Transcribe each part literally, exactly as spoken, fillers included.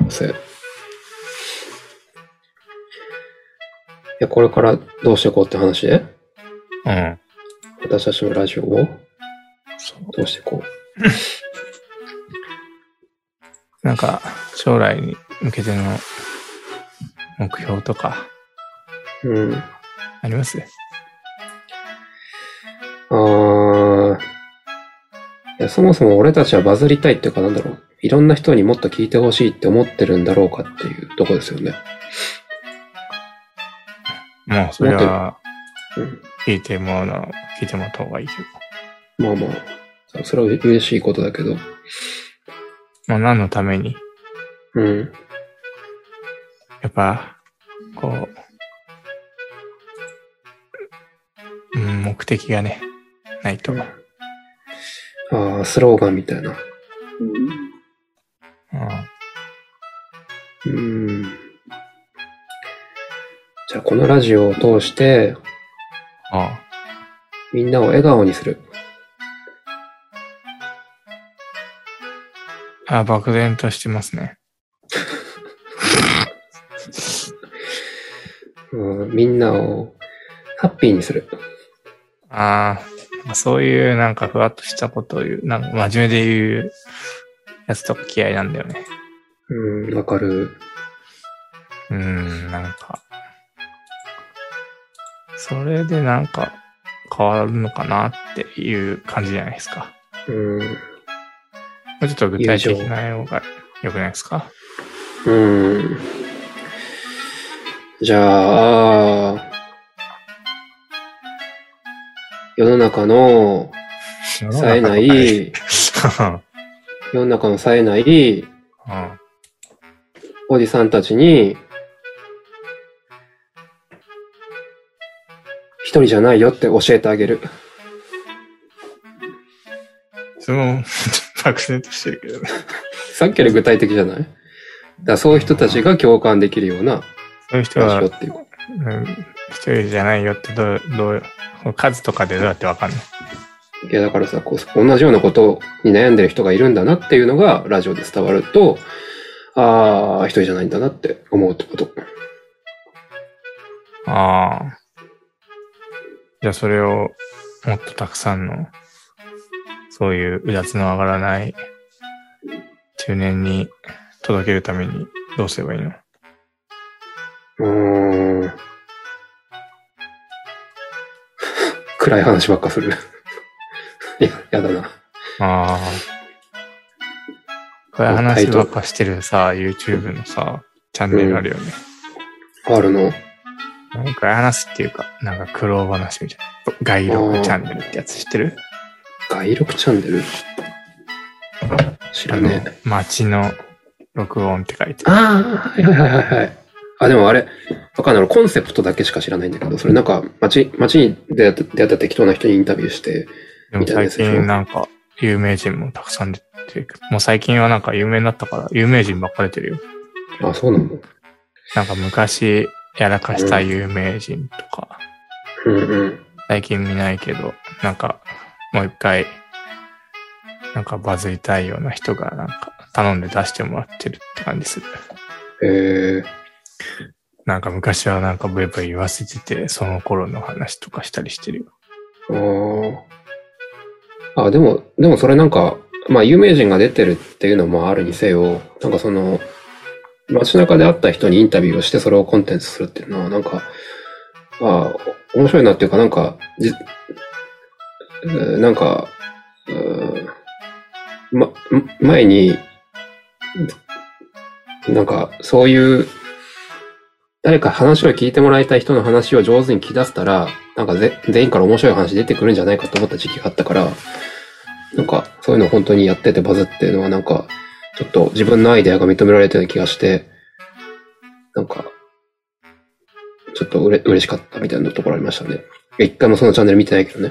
うせ。いや、これからどうしていこうって話で、 うん。 私たちのラジオをどうしていこう。なんか、将来に向けての目標とか、 うん。 ありますあー。いや、そもそも俺たちはバズりたいっていうかなんだろう。いろんな人にもっと聞いてほしいって思ってるんだろうかっていうとこですよね。 もうそれは、 うん、 聞いてもらうのは聞いてもらった方がいいけど。まあまあ、それは嬉しいことだけど。 まあ何のためにうん。 やっぱ、こう、うん、目的がね、ないと。うん、 ああ、スローガンみたいな。うん。うん。じゃあこのラジオを通して、 ああ、 みんなを笑顔にする。 ああ、漠然としてますね。 うん、みんなをハッピーにする。 ああ、そういうなんかふわっとしたことを言う、なんか真面目で言うやつとか嫌いなんだよね。 うん、わかる。 うん、なんか、それでなんか変わるのかなっていう感じじゃないですか。 うん。 もうちょっと具体的な用が良くないですか？ うん。じゃあ、世の中の冴えない、世の中の冴えない、うん、おじさんたちに、一人じゃないよって教えてあげる。 その、漠然としてるけどね。 さっきより具体的じゃない？だからそういう人たちが共感できるような、 そういう人は、っていう、うん、一人じゃないよってどう、どう、数とかでどうやってわかんない？ いやだからさ、こう同じようなことに悩んでる人がいるんだなっていうのがラジオで伝わると、ああ、一人じゃないんだなって思うってこと。 ああ。じゃあそれをもっとたくさんの、そういううだつの上がらない中年に届けるためにどうすればいいの？ うーん。暗い話ばっかする。いや、やだな。 ああ。暗い話ばっかしてるさ、YouTube のさ、チャンネルあるよね。 うん、あるの？ 暗い話っていうか、なんか苦労話みたいな。外録チャンネルってやつ知ってる？ 外録チャンネル？知らねえ。 街の録音って書いてある。ああ、はいはいはいはい。あ、でもあれ、わかんない。コンセプトだけしか知らないんだけど、それなんか、街、街に出会った、出会った適当な人にインタビューして、 みたいなやつでしょ。最近なんか、有名人もたくさん出てる。もう最近はなんか有名になったから、有名人ばっか出てるよ。 あ、そうなの？ なんか昔やらかした有名人とか、 うんうん、 最近見ないけど、なんか、もう一回、なんかバズりたいような人がなんか頼んで出してもらってるって感じする。 へえ。 なんか昔はなんかブイブイ言わせてて、その頃の話とかしたりしてるよ。ああ。あ、でも、でもそれなんか、まあ有名人が出てるっていうのもあるにせよ、なんかその、街中で会った人にインタビューをしてそれをコンテンツするっていうのはなんか、ああ、面白いなっていうかなんか、じ、なんか、ま、前に、なんかそういう誰か話を聞いてもらいたい人の話を上手に聞き出せたら、なんかぜ全員から面白い話出てくるんじゃないかと思った時期があったから、なんかそういうのを本当にやっててバズっていうのはなんか、ちょっと自分のアイデアが認められたような気がして、なんか、ちょっとうれ嬉しかったみたいなところありましたね。一回もそのチャンネル見てないけどね。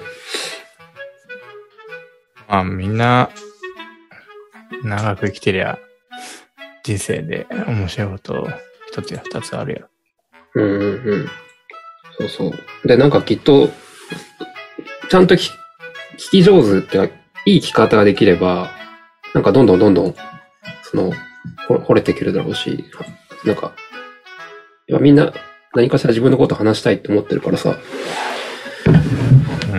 まあみんな、長く生きてりゃ、人生で面白いこと一つや二つあるや。 うんうんうん。そうそう。で、なんかきっと、ちゃんと聞き上手って、いい聞き方ができれば、なんかどんどんどんどん、その、 ほ惚れてくるだろうし、なんか、今みんな何かしら自分のこと話したいって思ってるからさ。 うん。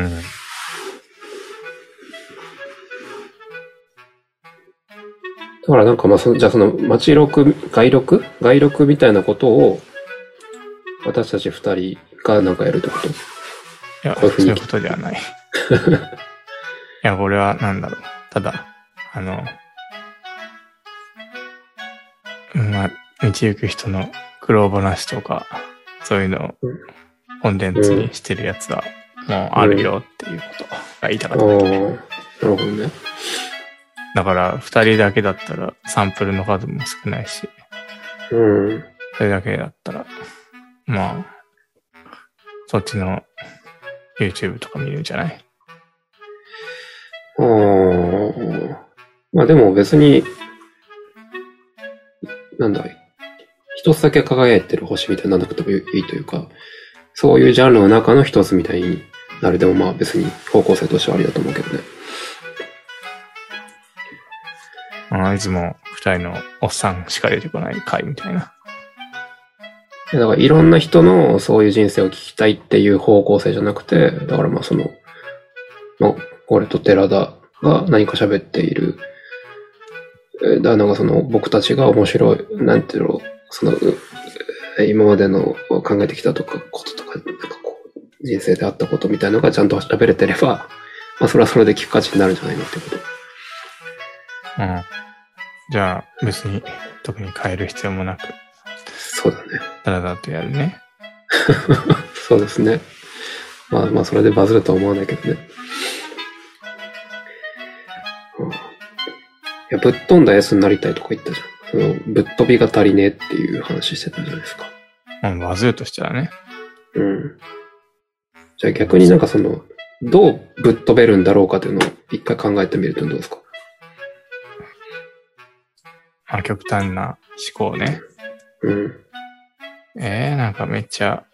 だからなんかまあそ、じゃあその街録、外録外録みたいなことを、私たち二人がなんかやるってこと？ いや、こういうふうにそういうことではない。いや、これはなんだろう。ただ、あの、まあ、道行く人の苦労話とか、そういうのをコンテンツにしてるやつは、もうあるよっていうことが言いたかっただけ。 うんうん、なるほどね。 だから、二人だけだったらサンプルの数も少ないし、 うん。 それだけだったら、まあ、そっちの YouTube とか見るんじゃない？ ああ。まあでも別に、なんだ、一つだけ輝いてる星みたいにならなくてもいいというか、そういうジャンルの中の一つみたいになるでもまあ別に方向性としてはありだと思うけどね。 ああ、いつも二人のおっさんしか出てこない回みたいな。 だからいろんな人のそういう人生を聞きたいっていう方向性じゃなくて、だからまあその、まあ、俺と寺田が何か喋っている。だからなんかその僕たちが面白い、なんていうの、その、今までの考えてきたとか、こととか、なんかこう、人生であったことみたいなのがちゃんと喋れてれば、まあそれはそれで聞く価値になるんじゃないのってこと。 うん。じゃあ別に特に変える必要もなく。 そうだね。 だらだらとやるね。 そうですね。まあまあそれでバズるとは思わないけどね。うん、いや、ぶっ飛んだ S になりたいとか言ったじゃん。そのぶっ飛びが足りねえっていう話してたじゃないですか。 うん、バズるとしたらね。 うん。じゃあ逆になんかその、どうぶっ飛べるんだろうかというのを一回考えてみるとどうですか？ まあ極端な思考ね。 うん。 えー、なんかめっちゃ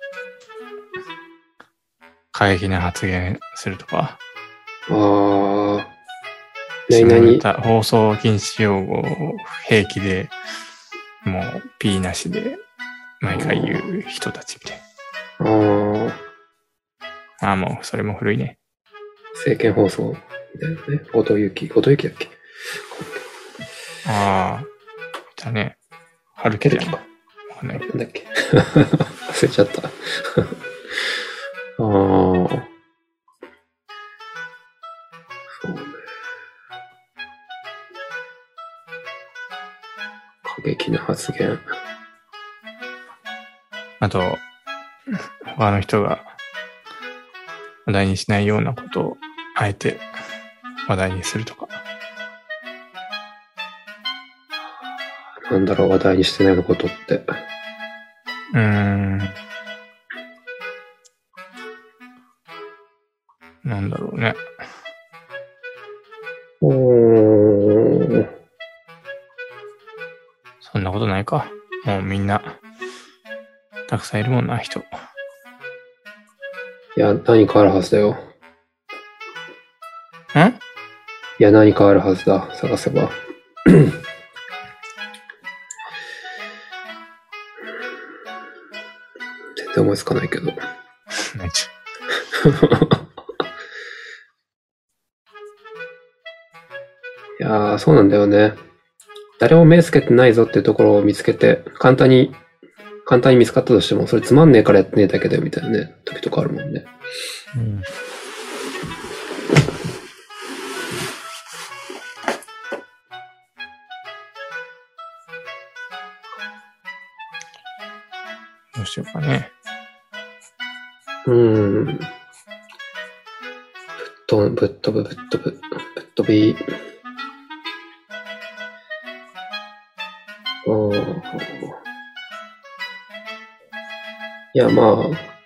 過激な発言するとか。 ああ。何々 放送禁止用語を平気でもう P なしで毎回言う人たちみたいな。ああ。ああ、もうそれも古いね。 政見放送みたいなね。後藤幸、後藤幸だっけ？ ああ。だね。春樹じゃん。わかんないけど。 なんだっけ忘れちゃった。ああ。そうね。過激な発言。 あと、他の人が話題にしないようなことをあえて話題にするとか。 なんだろう、話題にしてないのことって。 うーん。なんだろうね。 うーん。 そんなことないか。もうみんな、たくさんいるもんな、人。 いや、何かあるはずだよ。ん？いや、何かあるはずだ。探せば。全然思いつかないけど。 ないちいやー、そうなんだよね。誰も目つけてないぞっていうところを見つけて、簡単に、簡単に見つかったとしても、それつまんねえからやってねえだけだよみたいなね、時とかあるもんね。 うん。どうしようかね。 うーん。ぶっ飛ぶ、ぶっ飛ぶ、ぶっ飛ぶ、ぶっ飛び。あー。いや、まあ、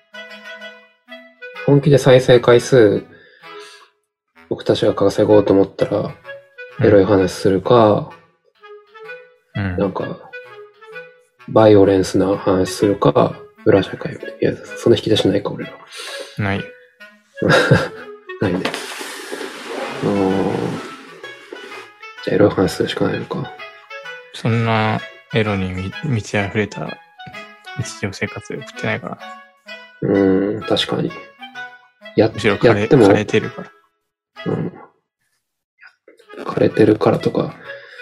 本気で再生回数、僕たちが稼ごうと思ったら、エロい話するか、 うん、 なんか、バイオレンスな話するか、裏社会みたいな。いや、そんな引き出しないか、俺ら。 ない。 ないね。あー。じゃあ、エロい話するしかないのか。 そんなエロに満ち溢れた日常生活を送ってないから。 うーん、確かに。や、 むしろ枯れ、 やっても枯れてるから。 うん。枯れてるからとか。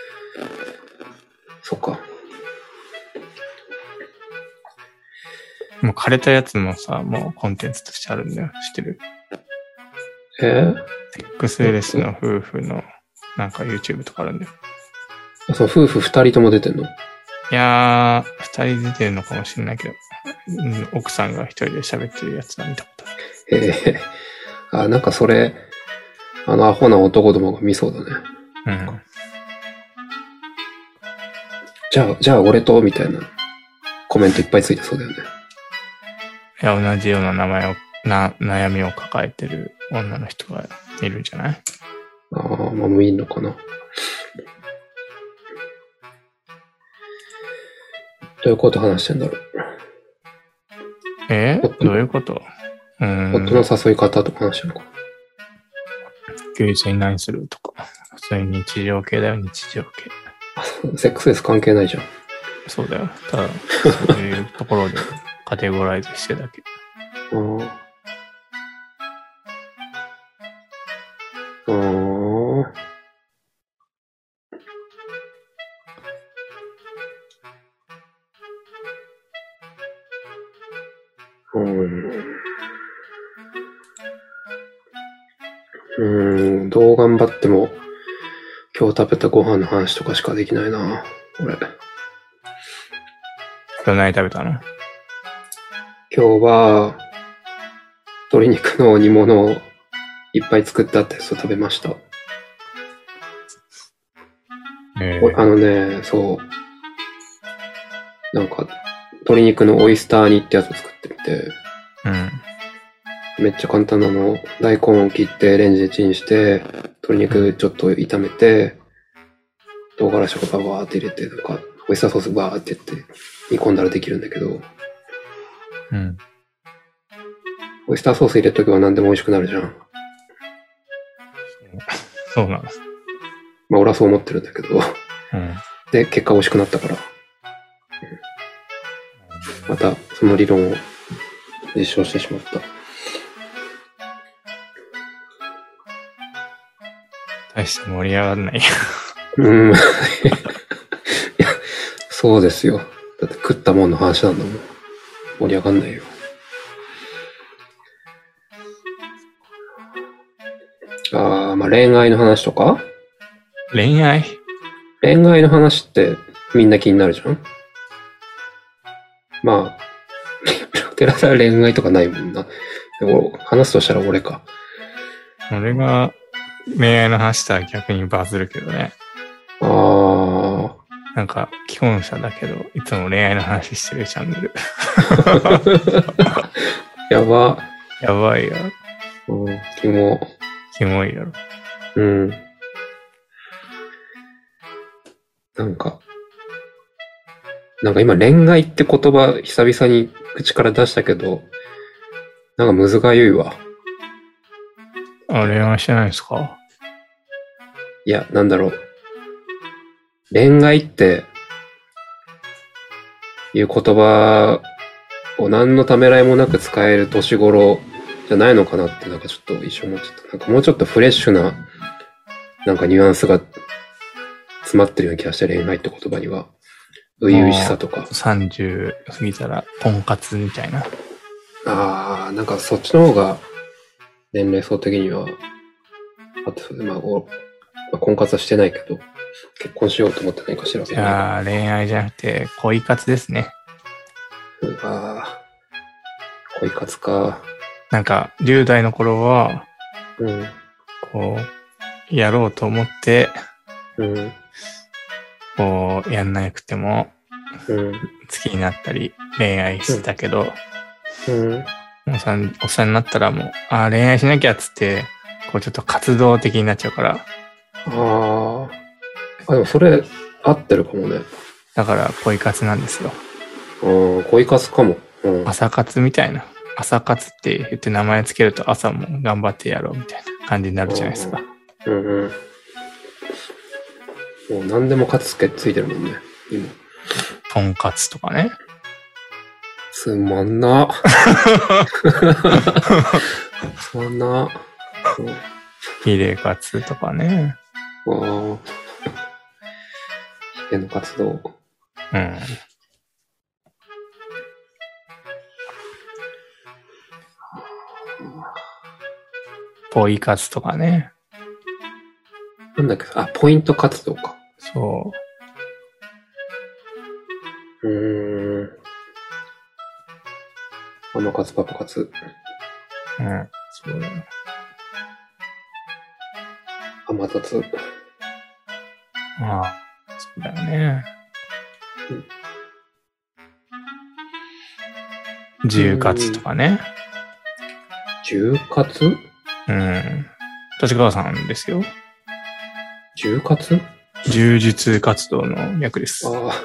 そっか。 もう枯れたやつもさ、もうコンテンツとしてあるんだよ。知ってる？ えー、 セックスレスの夫婦のなんか YouTube とかあるんだよ。 そう、夫婦二人とも出てんの？ いやー、二人出てるのかもしれないけど、うん、奥さんが一人で喋ってるやつは見たことある。 へえ。あ、なんかそれ、あのアホな男どもが見そうだね。 うん。 じゃあ、じゃあ俺と、みたいなコメントいっぱいついてそうだよね。 いや、同じような名前を、な、悩みを抱えてる女の人がいるんじゃない？ ああ、まあもういいのかな。どういうこと話してんだろう。 えー、どういうこと？うーん。 夫の誘い方とか話してるのかな。 休日に何するとか。そういう日常系だよ、日常系。 あ、セックスレス関係ないじゃん。 そうだよ。ただ、そういうところでカテゴライズしてるだけ。 あーあー。うん。うん、どう頑張っても今日食べたご飯の話とかしかできないな、俺。 今日何食べたの？ 今日は鶏肉の煮物をいっぱい作ってあったやつを食べました。 えー、 あのね、そう。なんか、鶏肉のオイスター煮ってやつを作ってみて、 うん。 めっちゃ簡単なの。大根を切ってレンジでチンして、鶏肉ちょっと炒めて、唐辛子とかバーって入れて、とか、オイスターソースバーってやって煮込んだらできるんだけど、 うん。 オイスターソース入れとけば何でも美味しくなるじゃん。 そうなの。 まあ俺はそう思ってるんだけど。 うん。 で、結果美味しくなったから。またその理論を実証してしまった。 大して盛り上がんないよ。 うん。いや、そうですよ。だって食ったもんの話なんだもん。盛り上がんないよ。ああ、まあ恋愛の話とか？ 恋愛？ 恋愛の話ってみんな気になるじゃん？まあ、寺田は恋愛とかないもんな。でも話すとしたら俺か。 俺が恋愛の話したら逆にバズるけどね。 ああ。 なんか、既婚者だけど、いつも恋愛の話してるチャンネル。 やば。 やばいよ。 うん、キモ。 キモいやろ。 うん。なんか、なんか今恋愛って言葉久々に口から出したけど、なんかむずがゆいわ。 あ、恋愛してないですか？ いや、なんだろう。恋愛っていう言葉を何のためらいもなく使える年頃じゃないのかなってなんかちょっと一瞬思っちゃった。なんかもうちょっとフレッシュななんかニュアンスが詰まってるような気がして恋愛って言葉には。初々しさとか。 さんじゅう過ぎたら婚活みたいな。 ああ、なんかそっちの方が年齢層的にはあってそうで、まあ、まあ、婚活はしてないけど、結婚しようと思ってないかしら。 いやー、恋愛じゃなくて恋活ですね。 うわー、恋活か。 なんか、じゅう代の頃は、 うん。 こう、やろうと思って、 うん。 こう、やんなくても、 うん。 好きになったり、恋愛してたけど、 うん。 もうさん、おっさんになったらもう、あー恋愛しなきゃっつって、こうちょっと活動的になっちゃうから。 ああ。あ、でもそれ、合ってるかもね。 だから、恋活なんですよ。 ああ、恋活かも。うん。 朝活みたいな。朝活って言って名前つけると朝も頑張ってやろうみたいな感じになるじゃないですか。 うんうん。もう何でも活つけついてるもんね。 今。 とんかつとかね。 つまんな。つまんな。 ヒレカツとかね。 ああ。ヒレの活動。 うん。ポイ活とかね。 なんだっけ、あ、ポイント活動か。 そう。 うーん。ママ活、パパ活。 うん、そうだよ。 甘雑。 ああ、そうだよね。重活とかね。 重活？ うん。立川さんですよ。 重活？ 柔術活動の略です。 ああ。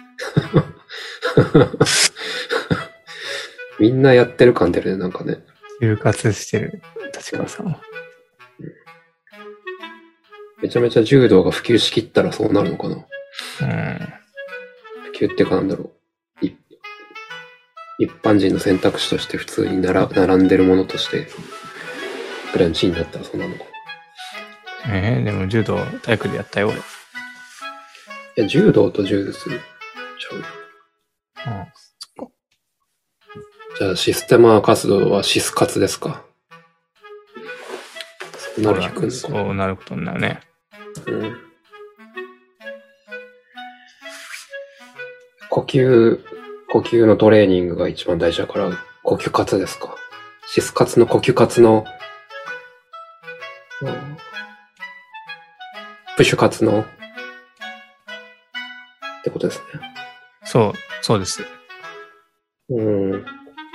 みんなやってる感出るね、なんかね。 重活してる立川さんは。 めちゃめちゃ柔道が普及しきったらそうなるのかな。 うん。 普及ってかなんだろう。一一般人の選択肢として普通になら並んでるものとしてぐらいの地位になったらそうなのか。 えー、でも柔道体育でやったよ俺。いや、柔道と柔術ちゃう。うん。そっか。 じゃあシステマ活動はシス活ですか。そうなる低いのか。 そうなることになるね。 うん。呼吸、呼吸のトレーニングが一番大事だから、呼吸活ですか。シス活の呼吸活の、うん、プッシュ活のってことですね。 そう、そうです。 うん。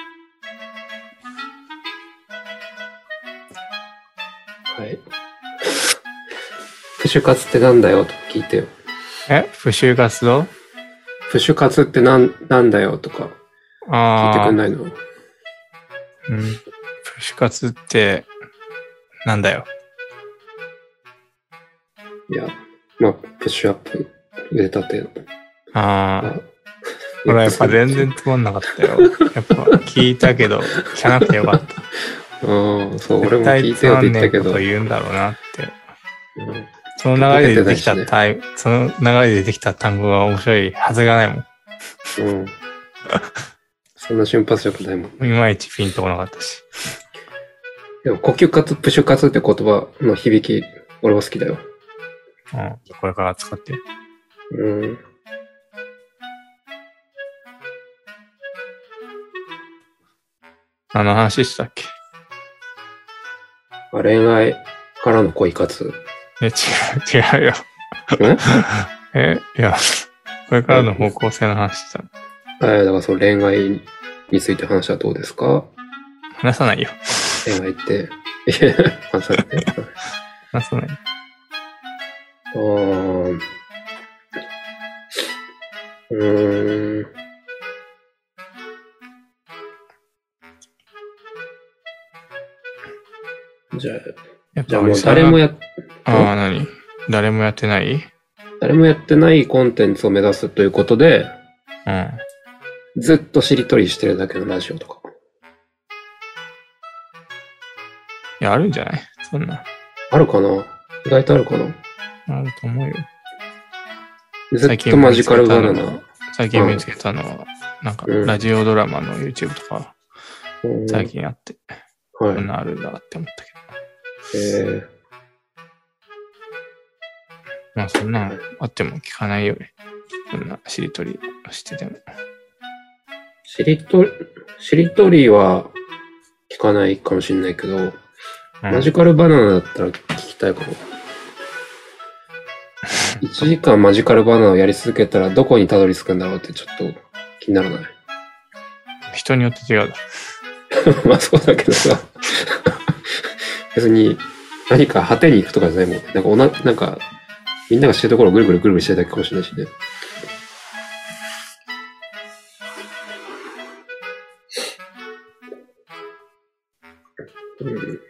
はい。プッシュ活ってなんだよと聞いてよ。 え、プッシュ活動？ プッシュ活ってなん、なんだよとか聞いてくんないの？うん。 プッシュ活ってなんだよ。 いや、まあ、プッシュアップ、腕立て。 ああ。これやっぱ全然つまんなかったよ。やっぱ聞いたけど、聞かなくてよかった。 ああ、そう、俺も聞いてよって言ったけど。 絶対つまんねえこと言うんだろうなって。 うん、 その流れで出てきたタイ、ね、その流れで出てきた単語が面白いはずがないもん。 うん。そんな瞬発力ないもん。 いまいちピンとこなかったし。 でも、呼吸活、プッシュ活って言葉の響き、俺は好きだよ。 うん。これから使って。 うん。 何の話したっけ？ 恋愛からの恋活。 え、違う、違うよ。えいや、これからの方向性の話した。 えー、だからその恋愛について話はどうですか？ 話さないよ。 恋愛って。いや、話さない。 話さない。 あー。うーん。じゃあ、じゃあもう誰もやっ、 ああ、何？誰もやってない？ 誰もやってないコンテンツを目指すということで、 うん。 ずっとしりとりしてるだけのラジオとか。 いや、あるんじゃない？そんな。 あるかな？意外とあるかな？ あると思うよ。 ずっとマジカルバナナ。 最近見つけたのは、うん、なんか、ラジオドラマの YouTube とか、うん、最近あって、はい、こんなあるんだって思ったけど。 へえ。 まあそんなあっても聞かないよね。そんなしりとりしてても。 しりとり、しりとりは聞かないかもしれないけど、うん、マジカルバナナだったら聞きたいかも。いちじかんマジカルバナナをやり続けたらどこにたどり着くんだろうってちょっと気にならない？ 人によって違うだろ。まあそうだけどさ。別に何か果てに行くとかじゃないもん。なんかおな、なんかみんながしてるところをぐるぐるぐるぐるしてるだけかもしれないしね。うん、い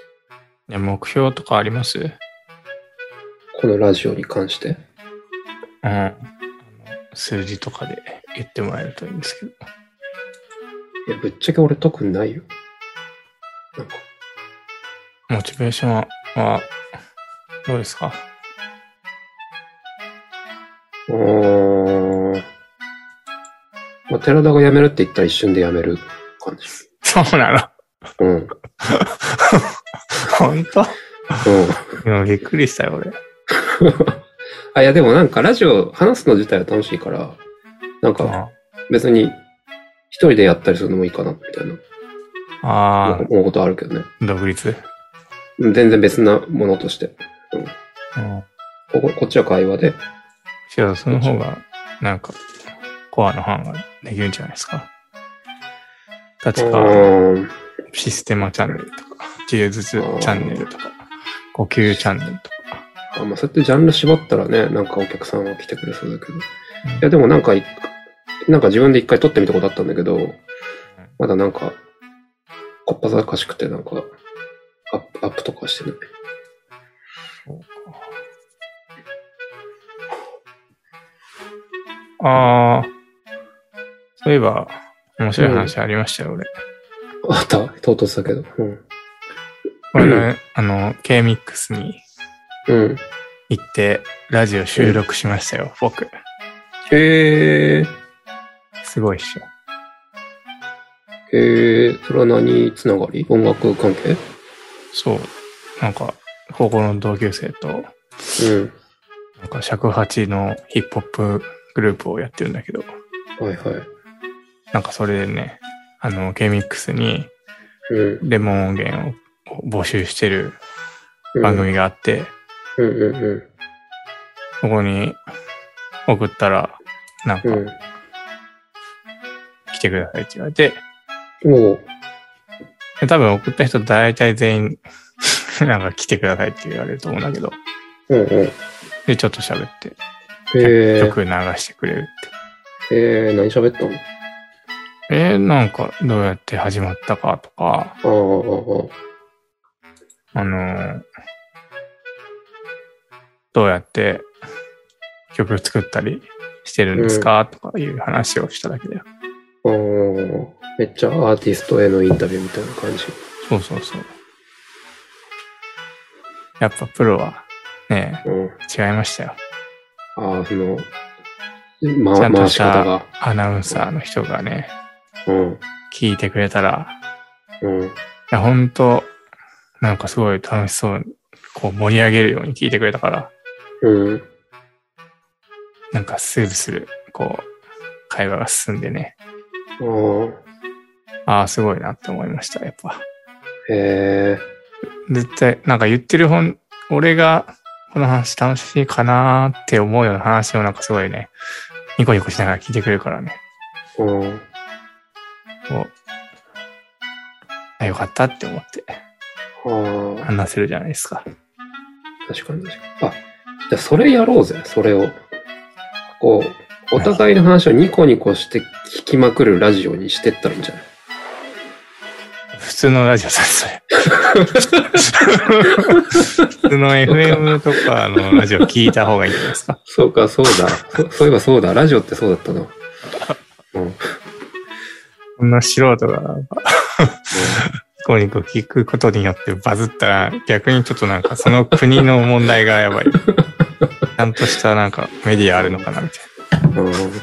や、目標とかあります？ このラジオに関して。 うん。あの数字とかで言ってもらえるといいんですけど。 いや、ぶっちゃけ俺特にないよ。なんか。 モチベーションは、どうですか？ うーん。まあ、寺田が辞めるって言ったら一瞬で辞める感じ。 そうなの？ うん。 本当？ うん。 今びっくりしたよ、俺。 あ、いやでもなんかラジオ話すの自体は楽しいから、なんか別に一人でやったりするのもいいかな、みたいな。 ああ。 思うことあるけどね。 独立？ 全然別なものとして。うん。 うん、 ここ、こっちは会話で。 違う、その方が、なんか、コアの班ができるんじゃないですか。立川、システマチャンネルとか、技術チャンネルとか、呼吸チャンネルとか。 あ、まあ、そうやってジャンル絞ったらね、なんかお客さんは来てくれそうだけど。うん、いや、でもなんか、なんか自分で一回撮ってみたことあったんだけど、まだなんか、こっぱざかしくて、なんか、アップ、アップとかしてない。 ああ、そういえば、面白い話ありましたよ、うん、俺。 あった、唐突だけど。うん。 これね、あの、K ミックスに行って、ラジオ収録しましたよ、うん、僕。 へえー。 すごいっしょ。 へえー、それは何つながり？音楽関係？ そう。なんか、高校の同級生と、うん。なんか、尺八のヒップホップグループをやってるんだけど。 はいはい。 なんかそれでね、あの、K ミックスに、レモン音源を募集してる番組があって、 うんうんうん、 そこに送ったら、なんか、来てくださいって言われて、 おうで多分送った人大体全員、なんか来てくださいって言われると思うんだけど、 うんうん、 で、ちょっと喋って、 へ曲流してくれるって。えー、何喋ったの？ えー、なんか、どうやって始まったかとか、 ああ、ああのー、どうやって曲作ったりしてるんですか、うん、とかいう話をしただけだよ。 ああ、めっちゃアーティストへのインタビューみたいな感じ。 そうそうそう。やっぱプロはね、うん、違いましたよ。 ああ、その、ま、 ちゃんとしたアナウンサーの人がね、うん、聞いてくれたら、うん、いや本当なんかすごい楽しそうにこう盛り上げるように聞いてくれたから、うん、なんかスルスルこう会話が進んでね、ああすごいなって思いましたやっぱ。 へえ。 絶対なんか言ってる本俺がこの話楽しいかなーって思うような話をなんかすごいねニコニコしながら聞いてくれるからね。うん。こうあ、よかったって思って話せるじゃないですか。 確かに確かに。あ、じゃあそれやろうぜ、それを。こう、お互いの話をニコニコして聞きまくるラジオにしてったらいいんじゃない？ 普通のラジオさ、それ。普通の エフエム とかのラジオ聞いた方がいいんじゃないですか。 そうか、そうだ。そ, そういえばそうだ。ラジオってそうだったな。うん、 こんな素人がなんか、ニコニコ聞くことによってバズったら逆にちょっとなんかその国の問題がやばい。ちゃんとしたなんかメディアあるのかなみたいな。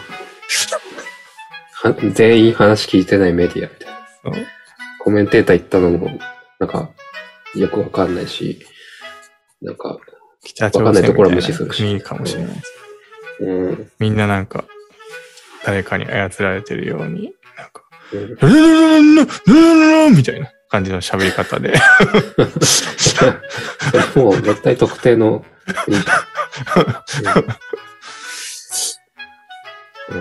うん、全員話聞いてないメディアみたいな。そうコメンテーター言ったのもなんかよくわかんないし、なんかわかんないところは無視するし。 国かもしれないです、うん。みんななんか誰かに操られてるようになんか、うん、ルルルルルルルみたいな感じの喋り方で。 もう絶対特定の国じゃん。うん、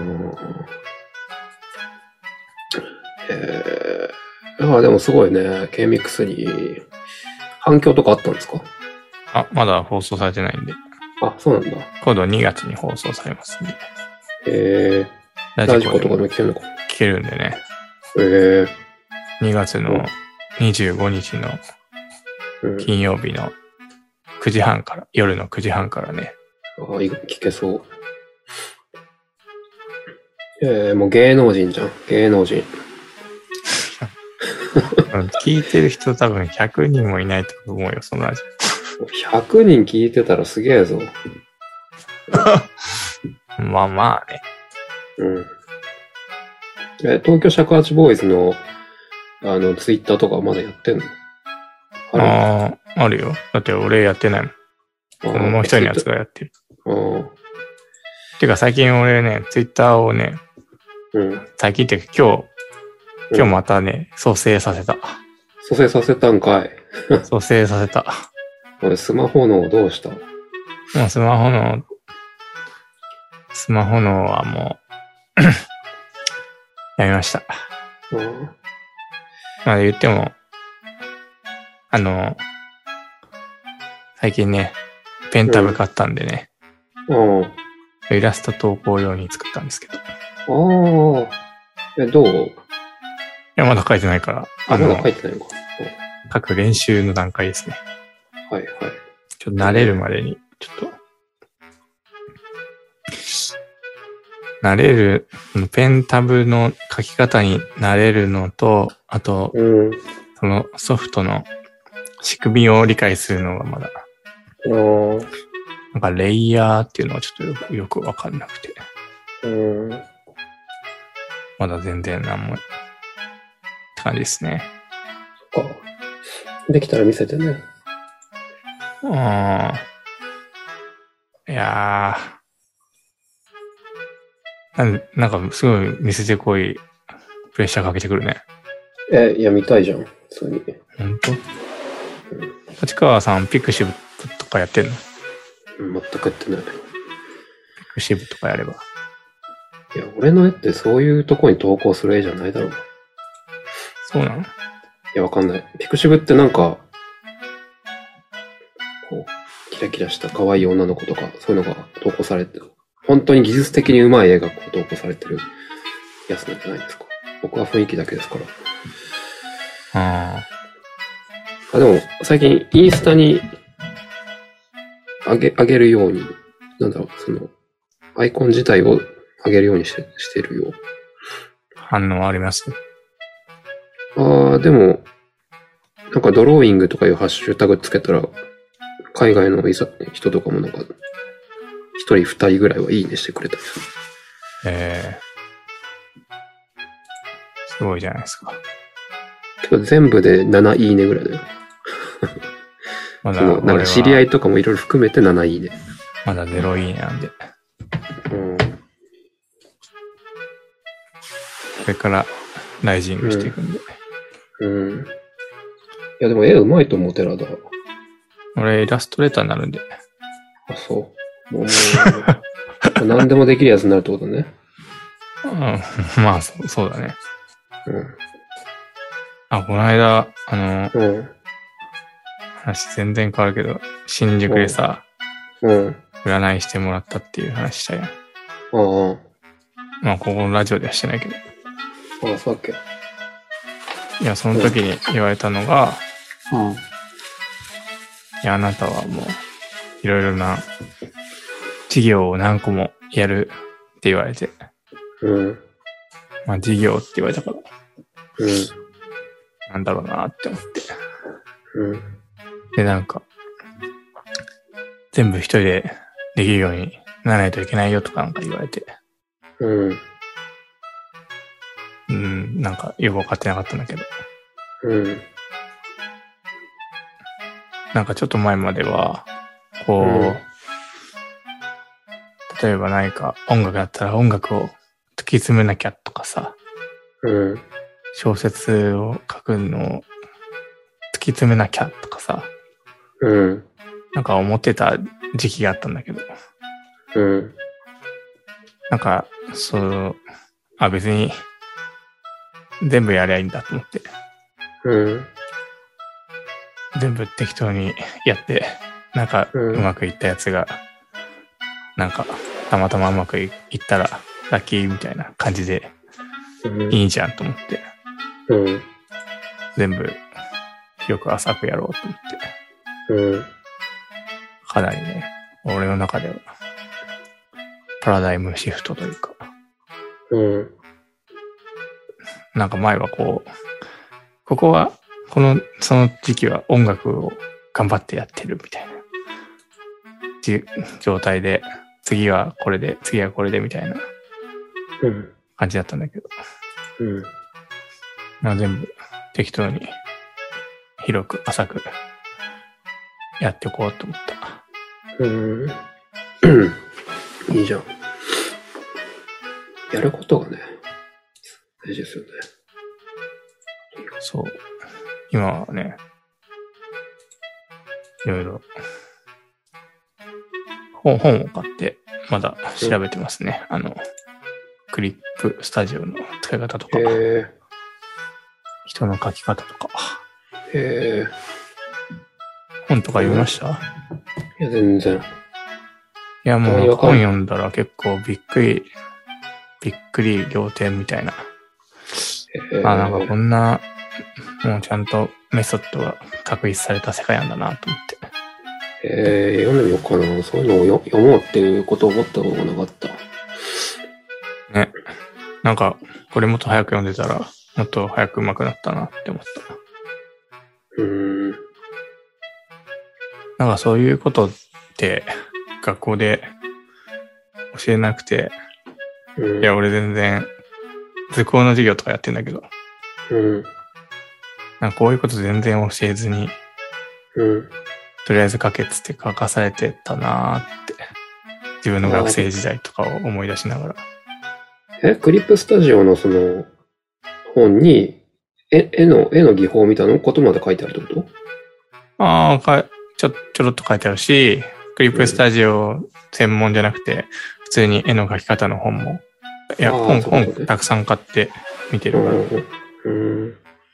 えー、あでもすごいね。K ミックスに反響とかあったんですか？ あ、まだ放送されてないんで。 あ、そうなんだ。 今度にがつに放送されますんで。 えー、ラジコとかでも聞けるのか？ 聞けるんでね。 えー、 にがつのにじゅうごにちの金曜日のくじはんから、夜のくじはんからね。 ああ、聞けそう。 えー、もう芸能人じゃん。芸能人。 聞いてる人多分ひゃくにんもいないと思うよ、そのラジひゃくにん聞いてたらすげえぞ。 まあまあね。 うん。え、東京尺八ボーイズの、あの、ツイッターとかまだやってんの？ある？ ああ、あるよ。だって俺やってないもん。このもう一人のやつがやってる。 ああ。 てか最近俺ね、ツイッターをね、 うん。 最近って今日、今日またね、蘇生させた。 蘇生させたんかい。 蘇生させた。 俺、スマホのどうした？ もうスマホの、スマホのはもう、やめました。 うん。 まあ言っても、あの、最近ね、ペンタブ買ったんでね、 うん。 イラスト投稿用に作ったんですけど。 ああ。え、どう？ いや、まだ書いてないから。 あ、まだ書いてないのか。 書く練習の段階ですね。 はいはい。 ちょっと慣れるまでに、ちょっと。慣れる、ペンタブの書き方に慣れるのと、あと、 うん、 そのソフトの仕組みを理解するのがまだ。なんかレイヤーっていうのはちょっとよく、よくわかんなくて。 うん、 まだ全然なんも、って感じですね。 そっか。できたら見せてね。 うん。いやー。なんなんかすごい見せてこい、プレッシャーかけてくるね。 え、いや、見たいじゃん。普通に。 ほんと？立川さん、ピクシブとかやってんの？ 全くやってない。 ピクシブとかやれば。 いや、俺の絵ってそういうとこに投稿する絵じゃないだろう。 そうなの？いや、わかんない。ピクシブってなんか、こう、キラキラした可愛い女の子とか、そういうのが投稿されてる。本当に技術的に上手い絵がこう投稿されてるやつなんじゃないですか。僕は雰囲気だけですから。 ああ。でも、最近インスタに上げ、上げるように、なんだろう、その、アイコン自体を上げるようにして、してるよ。 反応あります？ ああ、でも、なんかドローイングとかいうハッシュタグつけたら、海外の人とかもなんか、一人二人ぐらいはいいねしてくれたりする。 えー、すごいじゃないですか。 けど全部でなないいねぐらいだよ。 まだそのなんか知り合いとかもいろいろ含めてなないいね。 まだゼロいいねなんで。 うん。 これからライジングしていくんで。 うん。うん、いやでも絵うまいと思う、寺田。 俺イラストレーターになるんで。 あ、そう。もう、何でもできるやつになるってことね。 うん、まあそ、そうだね。 うん。 あ、この間、あの、 うん、 話全然変わるけど、新宿でさ、 うん、 占いしてもらったっていう話したやん。 ああ。 まあ、ここのラジオではしてないけど。 ああ、そうだっけ。 いや、その時に言われたのが、 うん。 いや、あなたはもう、いろいろな事業を何個もやるって言われて。 うん。 まあ、事業って言われたから。 うん。 なんだろうなって思って。 うん。 で、なんか、全部一人でできるようにならないといけないよとかなんか言われて。 うん。 うん、なんかよくわかってなかったんだけど。 うん。 なんかちょっと前までは、こう、うん、例えば何か音楽だったら音楽を突き詰めなきゃとかさ、 うん、 小説を書くのを突き詰めなきゃとかさ、 うん、 なんか思ってた時期があったんだけど、 うん、 なんか、そう、あ、別に全部やりゃいいんだと思って、 うん、 全部適当にやって、なんかうまくいったやつが、なんかたまたまうまくいったらラッキーみたいな感じでいいじゃんと思って、 うん、 全部広く浅くやろうと思って、 うん、 かなりね、俺の中ではパラダイムシフトというか、 うん。 なんか前はこう、ここは、この、その時期は音楽を頑張ってやってるみたいなじ状態で、次はこれで、次はこれでみたいな感じだったんだけど。 うん。 まあ全部適当に広く浅くやっていこうと思った。 うん。いいじゃん。やることがね、大事ですよね。 そう。今はね、いろいろ本, 本を買ってまだ調べてますね。うん、あの、クリップスタジオの使い方とか、人の書き方とか。 へ本とか読みました？ いや、全然。 いや、もう本読んだら結構びっくり、びっくり仰天みたいな。あ、なんかこんな、もうちゃんとメソッドが確立された世界なんだなと思って。 えー、読んでみようかな。そういうのを読もうっていうことを思ったことがなかった。 ね。なんか、これもっと早く読んでたら、もっと早く上手くなったなって思った。 うーん。 なんかそういうことって、学校で教えなくて、うん、いや、俺全然、図工の授業とかやってんだけど、 うん。 なんかこういうこと全然教えずに、 うん。 とりあえず書けっつって書かされてたなーって、自分の学生時代とかを思い出しながら。 え、クリップスタジオのその本に、絵、絵の、絵の技法みたいなことまで書いてあるってこと？ ああ、かちょ、ちょろっと書いてあるし、クリップスタジオ専門じゃなくて、普通に絵の描き方の本も、いや、本、本たくさん買って見てるから。 うん。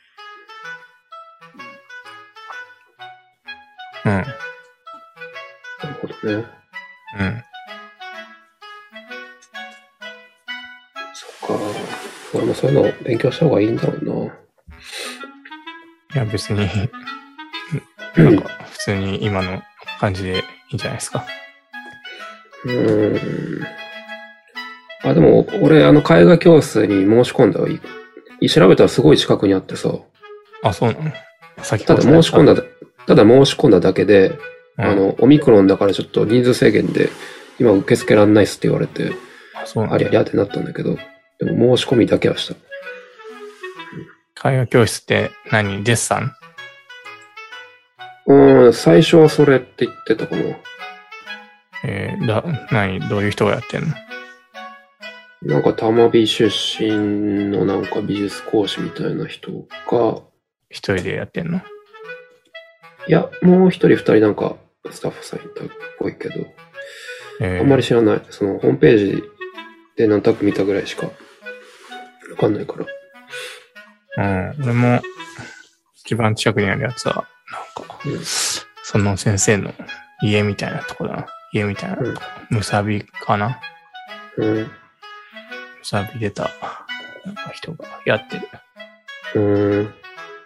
うん。 なるほどね。 うん。 そっか。俺もそういうのを勉強した方がいいんだろうな。 いや、別に、なんか、普通に今の感じでいいんじゃないですか。 うーん。あ、でも、俺、あの、絵画教室に申し込んだわ。調べたらすごい近くにあってさ。 あ、そうなの？先ただ申し込んだ、ただ申し込んだだけで、うん、あの、オミクロンだからちょっと人数制限で、今受け付けらんないっすって言われて、 あ、そうなんだ。 ありゃりゃってなったんだけど、でも申し込みだけはした。 絵画教室って何？デッサン？ うん、最初はそれって言ってたかな。 えー、だ、何？どういう人がやってんの？ なんか、玉美出身のなんか美術講師みたいな人が、 一人でやってんの？ いや、もう一人二人なんかスタッフさんいたっぽいけど、えー、あんまり知らない。そのホームページで何となく見たぐらいしかわかんないから。 うん、俺も一番近くにあるやつは、なんか、うん、その先生の家みたいなとこだな。家みたいな。うん、むさびかな。 うん。むさび出た、なんか人がやってる。 うーん。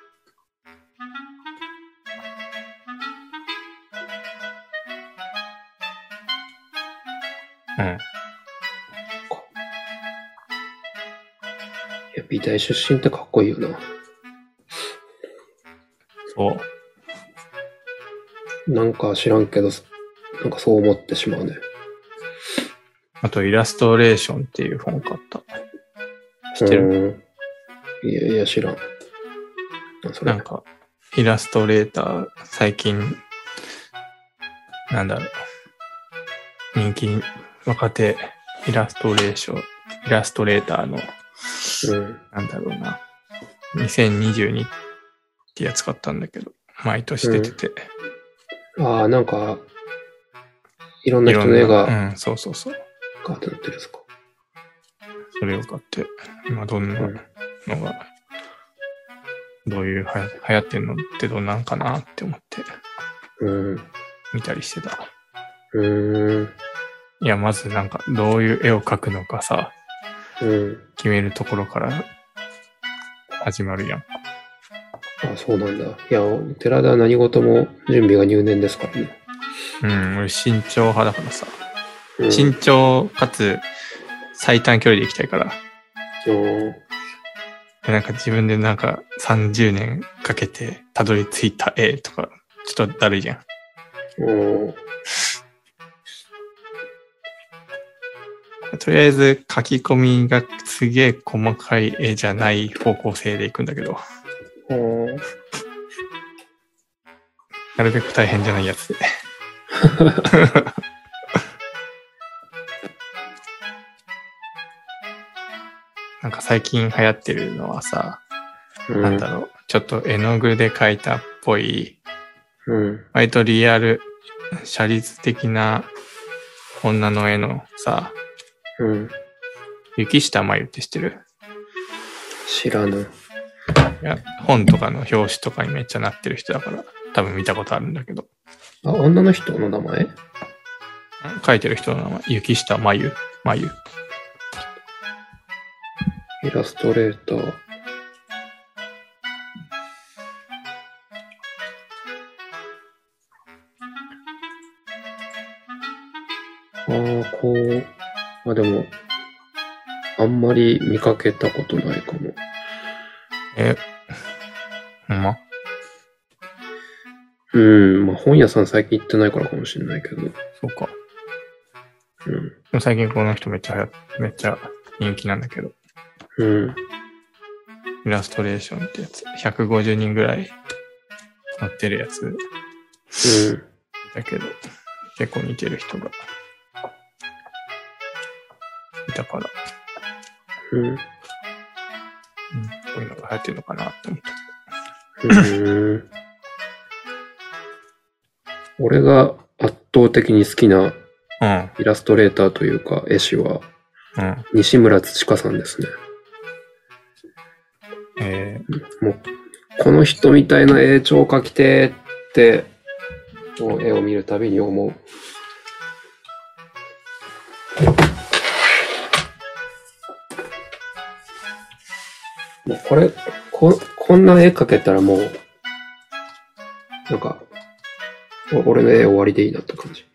うん。 いや、美大出身ってかっこいいよな。 そう。 なんか知らんけど、なんかそう思ってしまうね。 あと、イラストレーションっていう本買った。知ってる？ いやいや、知らん。 それなんか、イラストレーター、最近、なんだろう。人気、若手イラストレーション、イラストレーターの、 うん、 なんだろうな。にせんにじゅうにってやつ買ったんだけど、毎年出てて。 うん、ああ、なんか、いろんな人の絵が、 うん、そうそうそう。 ガーってなってるやつか。 それを買って、今どんなのが、うん、どういうはや流行ってんのってどんなんかなって思って、 うん、 見たりしてた。 うーん。 いや、まずなんか、どういう絵を描くのかさ、 うん、 決めるところから始まるやん。 あ、そうなんだ。いや、寺田は何事も準備が入念ですからね。 うん、俺慎重派だからさ。うん、慎重かつ最短距離で行きたいから。 おーでなんか自分でなんかさんじゅうねんかけてたどり着いた絵とか、ちょっとだるいじゃん。 おーとりあえず書き込みがすげえ細かい絵じゃない方向性でいくんだけど、 おーなるべく大変じゃないやつで。なんか最近流行ってるのはさ、 うん、 なんだろう、ちょっと絵の具で描いたっぽい、 うん、 割とリアル、写実的な女の絵のさ、 うん。 雪下真由って知ってる？ 知らぬ。 いや、本とかの表紙とかにめっちゃなってる人だから、多分見たことあるんだけど。 あ、女の人の名前？ 描いてる人の名前、雪下真由。真由。 イラストレーター。ああ、こう。あ、でも、あんまり見かけたことないかも。 え、ほんま？ うん、まあ本屋さん最近行ってないからかもしれないけど。 そうか。 うん。 でも最近この人めっちゃ流行ってめっちゃ人気なんだけど。 うん。 イラストレーションってやつ。ひゃくごじゅうにんぐらい載ってるやつうん。 だけど、結構似てる人がいたから、 うん。 うん、こういうのが流行ってるのかなって思った。 うん。俺が圧倒的に好きなうんイラストレーターというか絵師はうん西村土香さんですね。 えもうこの人みたいな絵超描きてーってもう絵を見るたびに思う。もうこれここんな絵描けたらもうなんかお俺の絵終わりでいいなって感じ。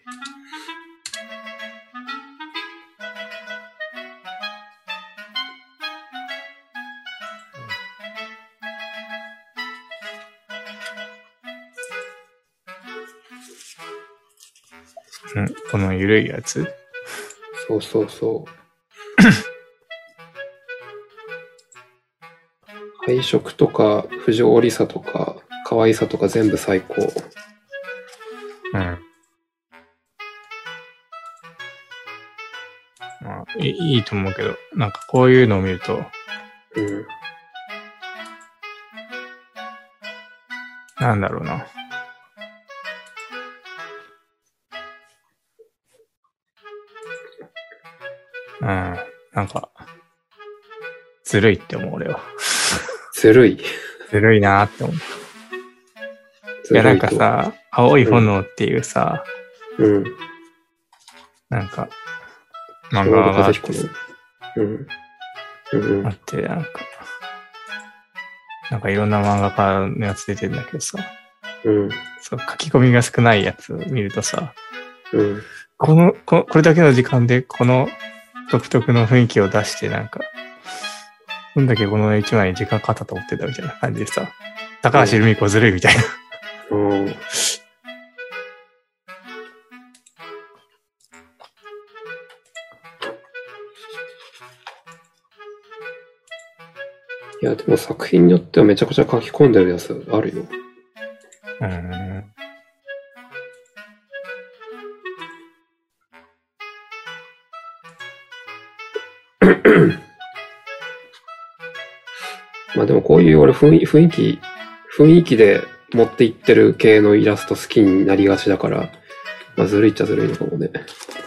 ーうん、このゆるいやつ。 そうそうそう。配色とか不条理さとか可愛さとか全部最高。 うん。まあ、いいいと思うけど、なんかこういうのを見ると、 うん。 なんだろうな。うん。なんか、ずるいって思う、俺は。 ずるい。 ずるいなーって思う。いや、なんかさ、青い炎っていうさ、 うん。 なんか、漫画があってうん。うん。 あって、なんか、なんかいろんな漫画家のやつ出てるんだけどさ、 うん。 そう書き込みが少ないやつを見るとさ、 うん。 このこ、これだけの時間でこの独特の雰囲気を出してなんか、どんだけこの一枚に時間かかったと思ってたみたいな感じでさ、高橋留美子ずるいみたいな。 うん。いや、でも作品によってはめちゃくちゃ書き込んでるやつあるよ。 うーん。 まあでもこういう俺雰囲雰囲気、雰囲気で持っていってる系のイラスト好きになりがちだから、まあずるいっちゃずるいのかもね。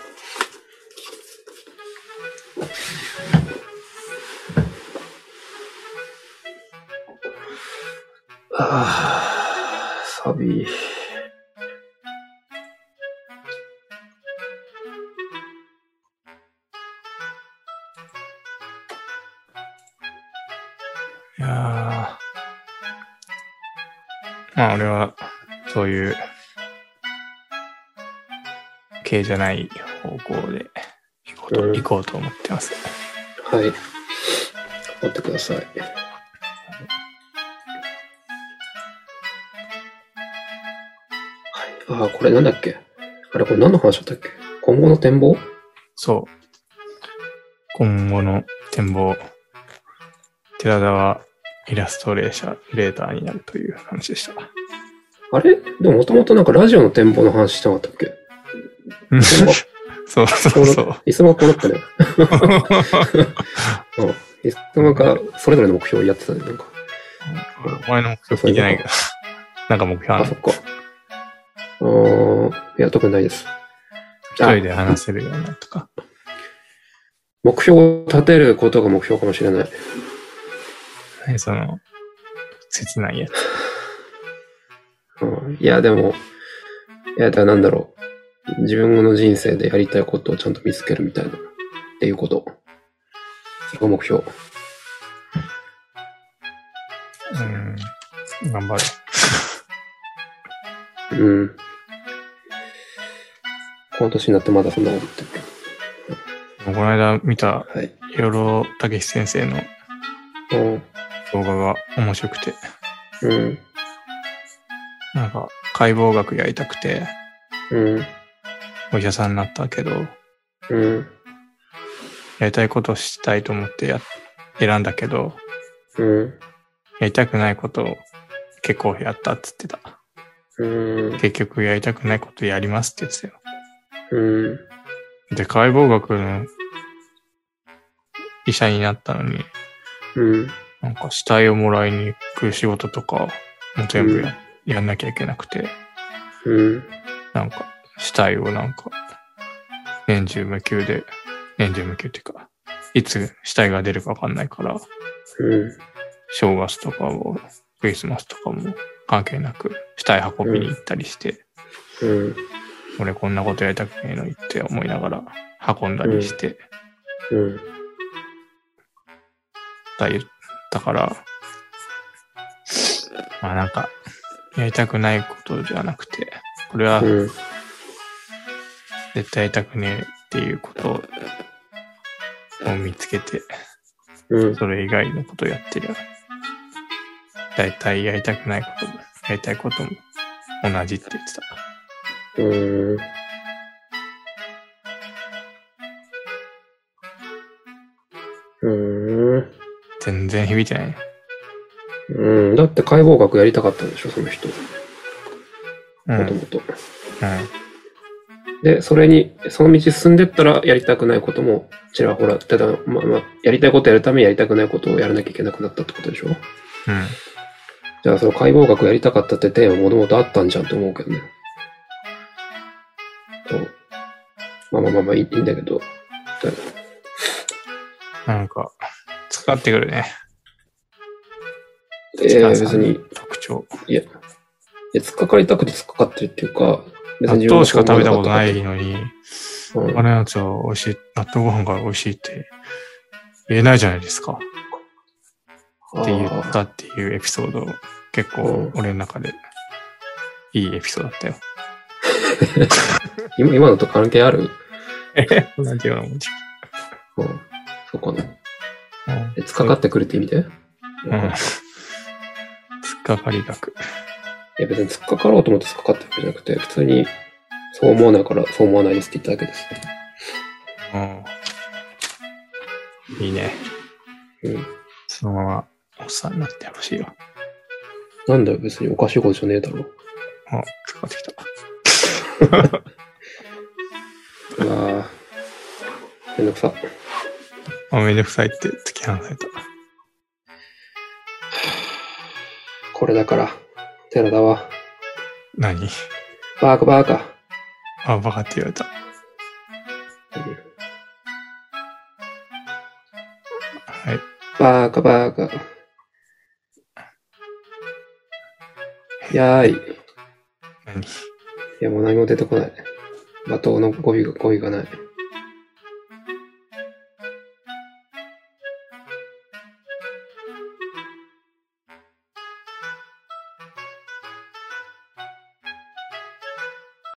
ああ、サビ。 いやーまあ俺はそういう系じゃない方向で行こうと、 うん行こうと思ってます。 はい。 持ってください。ああ、これなんだっけ？あれ、これ何の話だったっけ？今後の展望？ そう。今後の展望。寺田はイラストレーション、レーターになるという話でした。 あれ？でももともとなんかラジオの展望の話してなかったっけ？ そうそうそう。 いつもこうなったね。うん。いつもかそれぞれの目標をやってたね、なんか。 お前の目標聞いてないけど。なんか目標ある？ あ、そっか。あー、いや、特にないです。 一人で話せるようなとか。 目標を立てることが目標かもしれない。 何その、切ないやつ。 うん、いや、でも、いや、だからなんだろう。自分の人生でやりたいことをちゃんと見つけるみたいな、っていうこと。それが目標。 うん。頑張る。うん。この年になってまだそんなこと言ってるけど。この間見た、 はい。 養老孟司先生の動画が面白くて。 うん。 なんか、解剖学やりたくて、 うん。 お医者さんになったけど、 うん。 やりたいことをしたいと思ってや、選んだけど、 うん。 やりたくないことを結構やったっつってた。 うん。 結局やりたくないことやりますって言ってたよ。 うん。 で、解剖学の医者になったのに、 うん。 なんか死体をもらいに行く仕事とかも全部や、うん、やんなきゃいけなくて、 うん。 なんか死体をなんか年中無休で、年中無休っていうか、いつ死体が出るかわかんないから、 うん。 正月とかもクリスマスとかも関係なく死体運びに行ったりして、 うん。 俺こんなことやりたくねえのにって思いながら運んだりして、 うん。 だ言ったから、まあなんか、やりたくないことじゃなくて、これは絶対やりたくねえっていうことを見つけて、 うん、 それ以外のことをやってりゃ、だいたいやりたくないことも、やりたいことも同じって言ってた。 うーん。うーん。 全然響いてないね。 うん。だって解剖学やりたかったんでしょ、その人。 もともと。 うん。 で、それに、その道進んでったらやりたくないこともちらほら、ただ、まあまあ、やりたいことやるためにやりたくないことをやらなきゃいけなくなったってことでしょ。うん。じゃあ、その解剖学やりたかったってテーマもともとあったんじゃんって思うけどね。と、まあまあまあまあいいんだけど。 なんか、使ってくるね。 ええー、別に。 特徴。 いや、いや、突っかかりたくて突っかかってるっていうか、 納豆しか食べたことないのに、 うん、 他のやつは美味しい、納豆ご飯が美味しいって言えないじゃないですか。って言ったっていうエピソード、結構俺の中でいいエピソードだったよ。 今, 今のと関係ある？ えなんていうのもんじゃ。うん、そうかな。 うん、 え、突っかかってくるって意味で？うん。 突っかかり学。 いや別に突っかかろうと思って突っかかってるわけじゃなくて、普通にそう思わないからそう思わないですって言っただけです。 うん。いいね。 うん。 そのままおっさんになってほしいよ。 なんだよ別におかしいことじゃねえだろ。 あ、使ってきた。 うわぁ。めんどくさ。 あ、めんどくさいって突き放された。 これだから。寺田は。 何？ バカバカ。 あ、バカって言われた。 うん、 はい。 バカバカ。やーい。 何？いやもう何も出てこない。罵倒の語彙が、語彙がない。